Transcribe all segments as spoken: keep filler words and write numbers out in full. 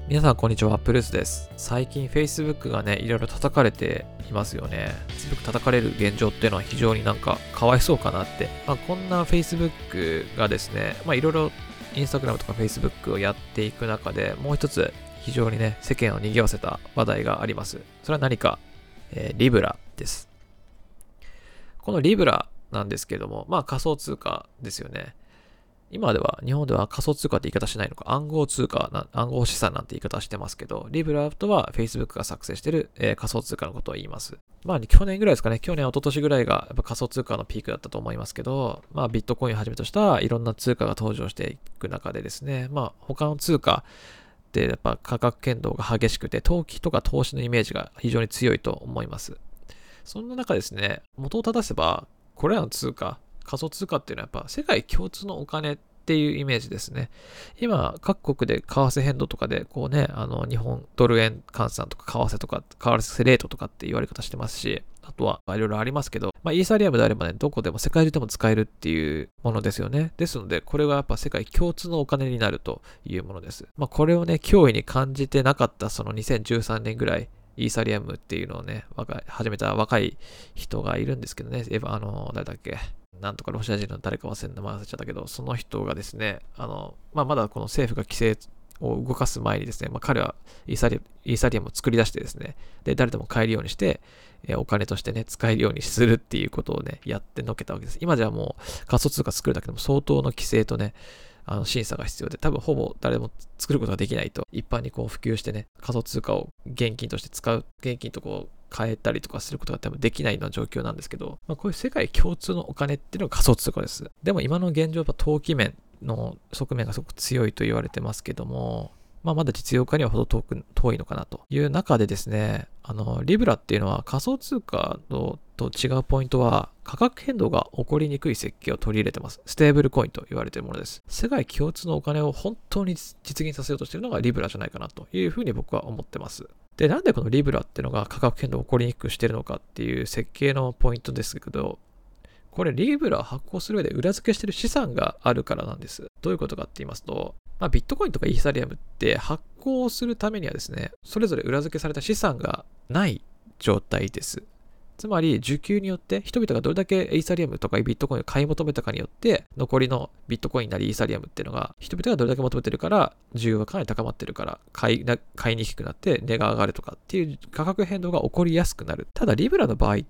皆さんこんにちは、プルースです。最近 Facebook がね、いろいろ叩かれていますよね。Facebook 叩かれる現状っていうのは非常になんかかわいそうかなって。まあ、こんな Facebook がですね、まあいろいろ Instagram とか Facebook をやっていく中で、もう一つ非常にね、世間を賑わせた話題があります。それは何か、えー、リブラです。このリブラなんですけども、まあ仮想通貨ですよね。今では、日本では仮想通貨って言い方しないのか、暗号通貨な、暗号資産なんて言い方してますけど、リブラとは Facebook が作成している、えー、仮想通貨のことを言います。まあ、去年ぐらいですかね、去年、一昨年ぐらいがやっぱ仮想通貨のピークだったと思いますけど、まあ、ビットコインをはじめとしたいろんな通貨が登場していく中でですね、まあ、他の通貨ってやっぱ価格変動が激しくて、投機とか投資のイメージが非常に強いと思います。そんな中ですね、元を正せば、これらの通貨、仮想通貨っていうのはやっぱ世界共通のお金っていうイメージですね。今、各国で為替変動とかで、こうね、あの、日本ドル円換算とか為替とか、為替レートとかって言われ方してますし、あとは、いろいろありますけど、まあ、イーサリアムであればね、どこでも世界中でも使えるっていうものですよね。ですので、これがやっぱ世界共通のお金になるというものです。まあ、これをね、脅威に感じてなかったそのにせんじゅうさんねんぐらい、イーサリアムっていうのをね、若い始めた若い人がいるんですけどね、エヴァ、あの、誰だっけ、なんとかロシア人の誰か忘れ名前忘れちゃったけど、その人がですね、あの、まあ、まだこの政府が規制を動かす前にですね、まあ、彼はイーサリイーサリアムを作り出してですね、で、誰でも買えるようにして、えー、お金としてね、使えるようにするっていうことをね、やってのけたわけです。今じゃもう仮想通貨作るだけでも相当の規制とね、あの審査が必要で、多分ほぼ誰でも作ることができないと、一般にこう普及してね、仮想通貨を現金として使う、現金とこう変えたりとかすることが多分できないような状況なんですけど、まあ、こういう世界共通のお金っていうのが仮想通貨です。でも今の現状は投機面の側面がすごく強いと言われてますけども、まあ、まだ実用化にはほど遠く遠いのかなという中でですね、あの、リブラっていうのは仮想通貨とと違うポイントは価格変動が起こりにくい設計を取り入れてます。ステーブルコインと言われているものです。世界共通のお金を本当に実現させようとしているのがリブラじゃないかなというふうに僕は思ってます。で、なんでこのリブラっていうのが価格変動が起こりにくくしているのかっていう設計のポイントですけど、これリブラを発行する上で裏付けしている資産があるからなんです。どういうことかって言いますと、まあ、ビットコインとかイーサリアムって発行するためにはですね、それぞれ裏付けされた資産がない状態です。つまり、需給によって、人々がどれだけイーサリアムとかビットコインを買い求めたかによって、残りのビットコインなりイーサリアムっていうのが、人々がどれだけ求めてるから、需要がかなり高まってるから、買い買いにくくなって値が上がるとかっていう価格変動が起こりやすくなる。ただ、リブラの場合って、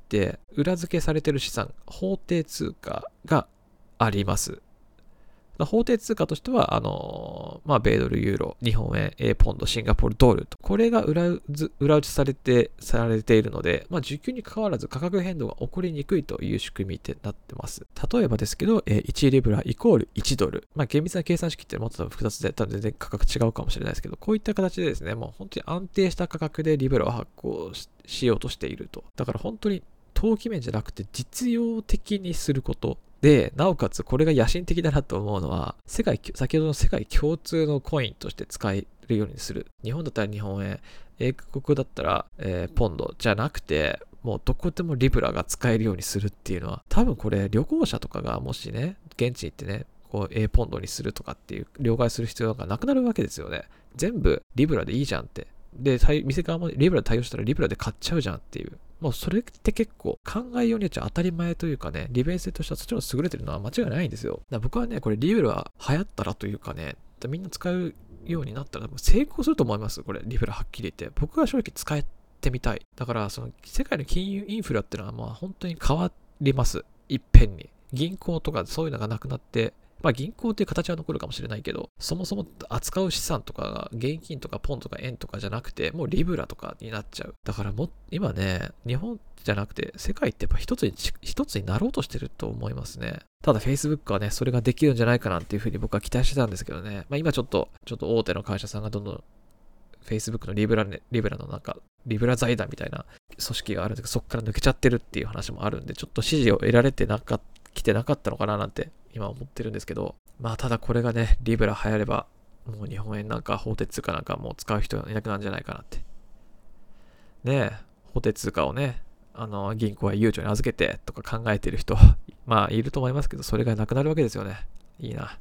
裏付けされてる資産、法定通貨があります。法定通貨としては、あのー、まあ、米ドル、ユーロ、日本円、A ポンド、シンガポール、ドルと、これが裏裏打ちされて、されているので、まあ、需給に関わらず価格変動が起こりにくいという仕組みってなってます。例えばですけど、いちリブライコールいちドル。まあ、厳密な計算式ってもっと複雑で、多分全然価格違うかもしれないですけど、こういった形でですね、もう本当に安定した価格でリブラを発行 し, しようとしていると。だから本当に投機面じゃなくて実用的にすること。で、なおかつこれが野心的だなと思うのは、世界、先ほどの世界共通のコインとして使えるようにする。日本だったら日本円、英国だったら、えー、ポンドじゃなくて、もうどこでもリブラが使えるようにするっていうのは、多分これ旅行者とかがもしね、現地行ってね、こう A ポンドにするとかっていう、両替する必要がなくなるわけですよね。全部リブラでいいじゃんって。で、店側もリブラで対応したらリブラで買っちゃうじゃんっていう。もうそれって結構考えようによっちゃ当たり前というかね、利便性としてはそっちの優れてるのは間違いないんですよ。だから僕はね、これリブラ流行ったらというかね、みんな使うようになったら成功すると思います。これリブラはっきり言って。僕は正直使ってみたい。だからその世界の金融インフラっていうのはまあ本当に変わります。いっぺんに。銀行とかそういうのがなくなって、まあ銀行っていう形は残るかもしれないけど、そもそも扱う資産とかが現金とかポンとか円とかじゃなくて、もうリブラとかになっちゃう。だからもう今ね、日本じゃなくて世界ってやっぱ一つに、一つになろうとしてると思いますね。ただ Facebook はね、それができるんじゃないかなっていうふうに僕は期待してたんですけどね。まあ今ちょっと、ちょっと大手の会社さんがどんどん Facebook のリブラ、ね、リブラのなんか、リブラ財団みたいな組織があるんですけど、そこから抜けちゃってるっていう話もあるんで、ちょっと支持を得られてなかった、来てなかったのかななんて今思ってるんですけど、まあただこれがね、リブラ流行れば、もう日本円なんか法定通貨なんかもう使う人いなくなるんじゃないかなって。ねえ、法定通貨をね、あの、銀行や悠長に預けてとか考えてる人、まあいると思いますけど、それがなくなるわけですよね。いいな。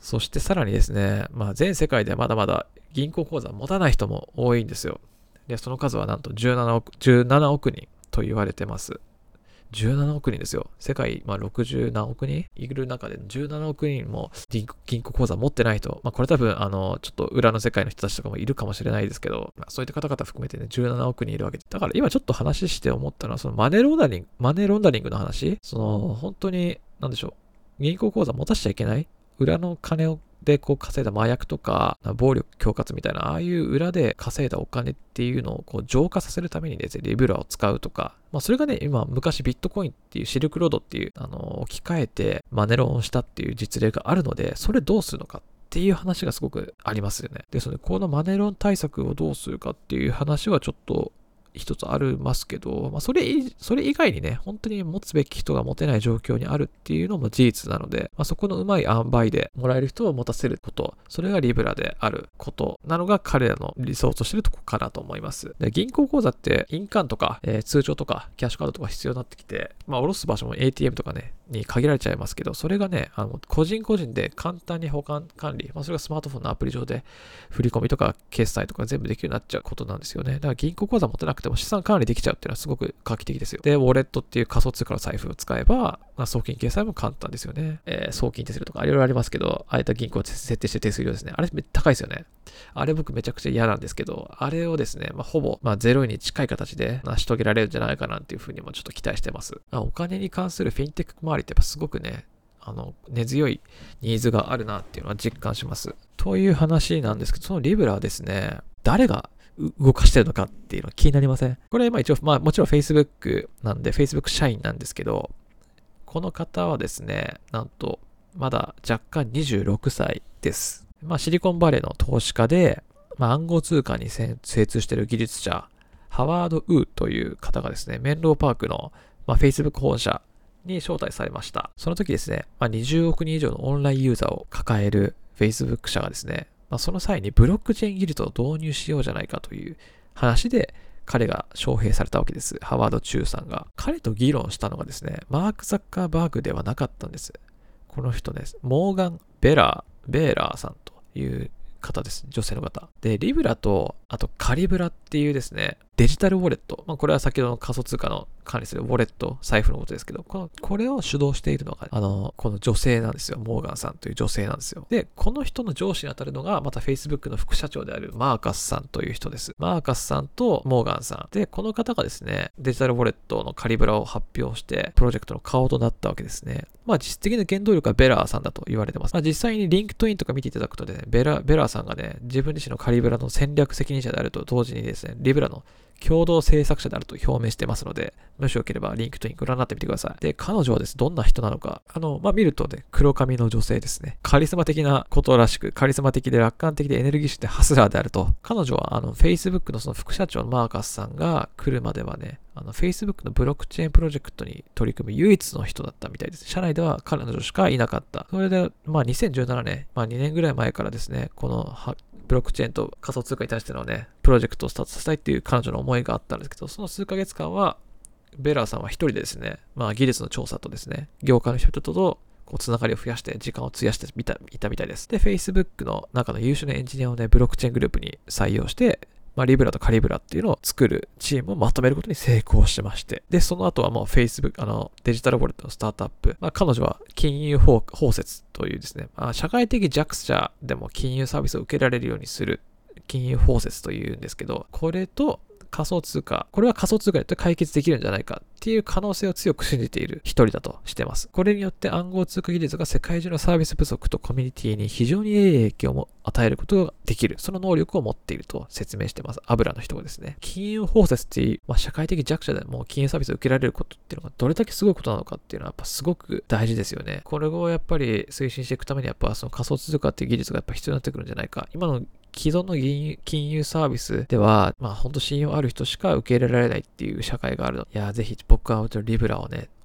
そしてさらにですね、まあ、全世界ではまだまだ銀行口座を持たない人も多いんですよ。で、その数はなんとじゅうななおく、じゅうななおくにんと言われてます。じゅうななおくにんですよ。世界、まあ、ろくじゅうなんおくにんいる中でじゅうななおくにんも銀行口座持ってない人、まあ、これ多分、あの、ちょっと裏の世界の人たちとかもいるかもしれないですけど、まあ、そういった方々含めてね、じゅうななおくにんいるわけで。だから今ちょっと話して思ったのは、そのマネーロンダリング、マネーロンダリングの話、その、本当に、なんでしょう、銀行口座持たしちゃいけない裏の金をでこう稼いだ麻薬とか暴力恐喝みたいなああいう裏で稼いだお金っていうのをこう浄化させるためにですねリブラを使うとか、まあそれがね今昔ビットコインっていうシルクロードっていうあの置き換えてマネロンをしたっていう実例があるので、それどうするのかっていう話がすごくありますよね。ですのでこのマネロン対策をどうするかっていう話はちょっと一つありますけど、まあ、それ、それ以外にね、本当に持つべき人が持てない状況にあるっていうのも事実なので、まあ、そこのうまい塩梅でもらえる人を持たせること、それがリブラであることなのが彼らの理想としてるとこかなと思います。で銀行口座って印鑑とか、えー、通帳とかキャッシュカードとか必要になってきて、まあ、下ろす場所も エーティーエム とかね、に限られちゃいますけど、それがね、あの個人個人で簡単に保管管理、まあ、それがスマートフォンのアプリ上で振り込みとか決済とか全部できるようになっちゃうことなんですよね。だから銀行口座持ってなくても資産管理できちゃうっていうのはすごく画期的ですよ。で、ウォレットっていう仮想通貨の財布を使えば、まあ、送金決済も簡単ですよね。えー、送金手数料とかいろいろありますけど、ああいった銀行設定して手数料ですね。あれ高いですよね。あれ僕めちゃくちゃ嫌なんですけど、あれをですね、まあ、ほぼ、まあ、ゼロに近い形で成し遂げられるんじゃないかなっていうふうにもちょっと期待してます。まあ、お金に関するフィンテック周りってやっぱすごくね、あの、根強いニーズがあるなっていうのは実感します。という話なんですけど、そのリブラはですね、誰が動かしてるのかっていうのは気になりません？これ、まあ一応、まあもちろん Facebook なんで、Facebook 社員なんですけど、この方はですね、なんと、まだ若干にじゅうろくさいです。まあシリコンバレーの投資家で、まあ暗号通貨に精通している技術者、ハワード・ウーという方がですね、メンローパークの、まあ、Facebook 本社に招待されました。その時ですね、まあ、にじゅうおくにん以上のオンラインユーザーを抱える Facebook 社がですね、まあ、その際にブロックチェーン技術を導入しようじゃないかという話で彼が招聘されたわけです。ハワード・チューさんが。彼と議論したのがですね、マーク・ザッカーバーグではなかったんです。この人です。モーガン・ベラー、ベーラーさんという方です。女性の方。で、リブラと、あとカリブラっていうですね、デジタルウォレット。まあ、これは先ほどの仮想通貨の管理するウォレット、財布のことですけど、この、これを主導しているのが、あの、この女性なんですよ。モーガンさんという女性なんですよ。で、この人の上司に当たるのが、また Facebook の副社長であるマーカスさんという人です。マーカスさんとモーガンさん。で、この方がですね、デジタルウォレットのカリブラを発表して、プロジェクトの顔となったわけですね。まあ、実質的な原動力はベラーさんだと言われてます。まあ、実際にリンクトインとか見ていただくとね、ベラ、ベラーさんがね、自分自身のカリブラの戦略責任者であると同時にですね、リブラの共同制作者であると表明してますので、もしよければリンクトインご覧になってみてください。で、彼女はです、どんな人なのか、あの、まあ、見るとね、黒髪の女性ですね。カリスマ的なことらしく、カリスマ的で楽観的でエネルギッシュでハスラーであると。彼女は、あの、Facebook のその副社長のマーカスさんが来るまではね、あの、Facebook のブロックチェーンプロジェクトに取り組む唯一の人だったみたいです。社内では彼女しかいなかった。それで、まあ、にせんじゅうななねん、まあ、にねんぐらい前からですね、この、ブロックチェーンと仮想通貨に対してのね、プロジェクトをスタートさせたいっていう彼女の思いがあったんですけど、その数ヶ月間は、ベラーさんは一人でですね、まあ技術の調査とですね、業界の人々とこうつながりを増やして時間を費やしてみたいたみたいです。で、Facebook の中の優秀なエンジニアをね、ブロックチェーングループに採用して、まあ、リブラとカリブラっていうのを作るチームをまとめることに成功しまして。で、その後はもう Facebook、あの、デジタルウォレットのスタートアップ。まあ、彼女は金融包摂というですね、まあ、社会的弱者でも金融サービスを受けられるようにする金融包摂というんですけど、これと仮想通貨、これは仮想通貨によって解決できるんじゃないかっていう可能性を強く信じている一人だとしています。これによって暗号通貨技術が世界中のサービス不足とコミュニティに非常にいい影響を与えることができる。その能力を持っていると説明しています。アブラの人がですね。金融包摂っていう、まあ、社会的弱者でも金融サービスを受けられることっていうのがどれだけすごいことなのかっていうのはやっぱすごく大事ですよね。これをやっぱり推進していくためにやっぱその仮想通貨っていう技術がやっぱ必要になってくるんじゃないか。今の既存の金融サービスでは、まあ本当信用ある人しか受け入れられないっていう社会があるの。いや、ぜひ僕はリブラをね、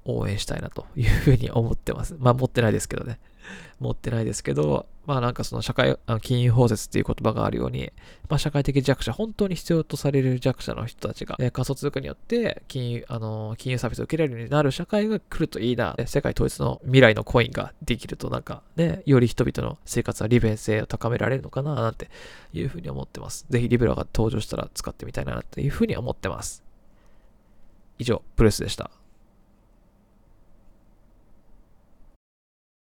応援したいなというふうに思ってます。まあ持ってないですけどね。持ってないですけど、まあなんかその社会、あの金融包摂っていう言葉があるように、まあ社会的弱者、本当に必要とされる弱者の人たちが、ね、仮想通貨によって金融、あの金融サービスを受けられるようになる社会が来るといいな。世界統一の未来のコインができるとなんかね、より人々の生活は利便性を高められるのかななんていうふうに思ってます。ぜひリベラが登場したら使ってみたいなっていうふうに思ってます。以上、プレスでした。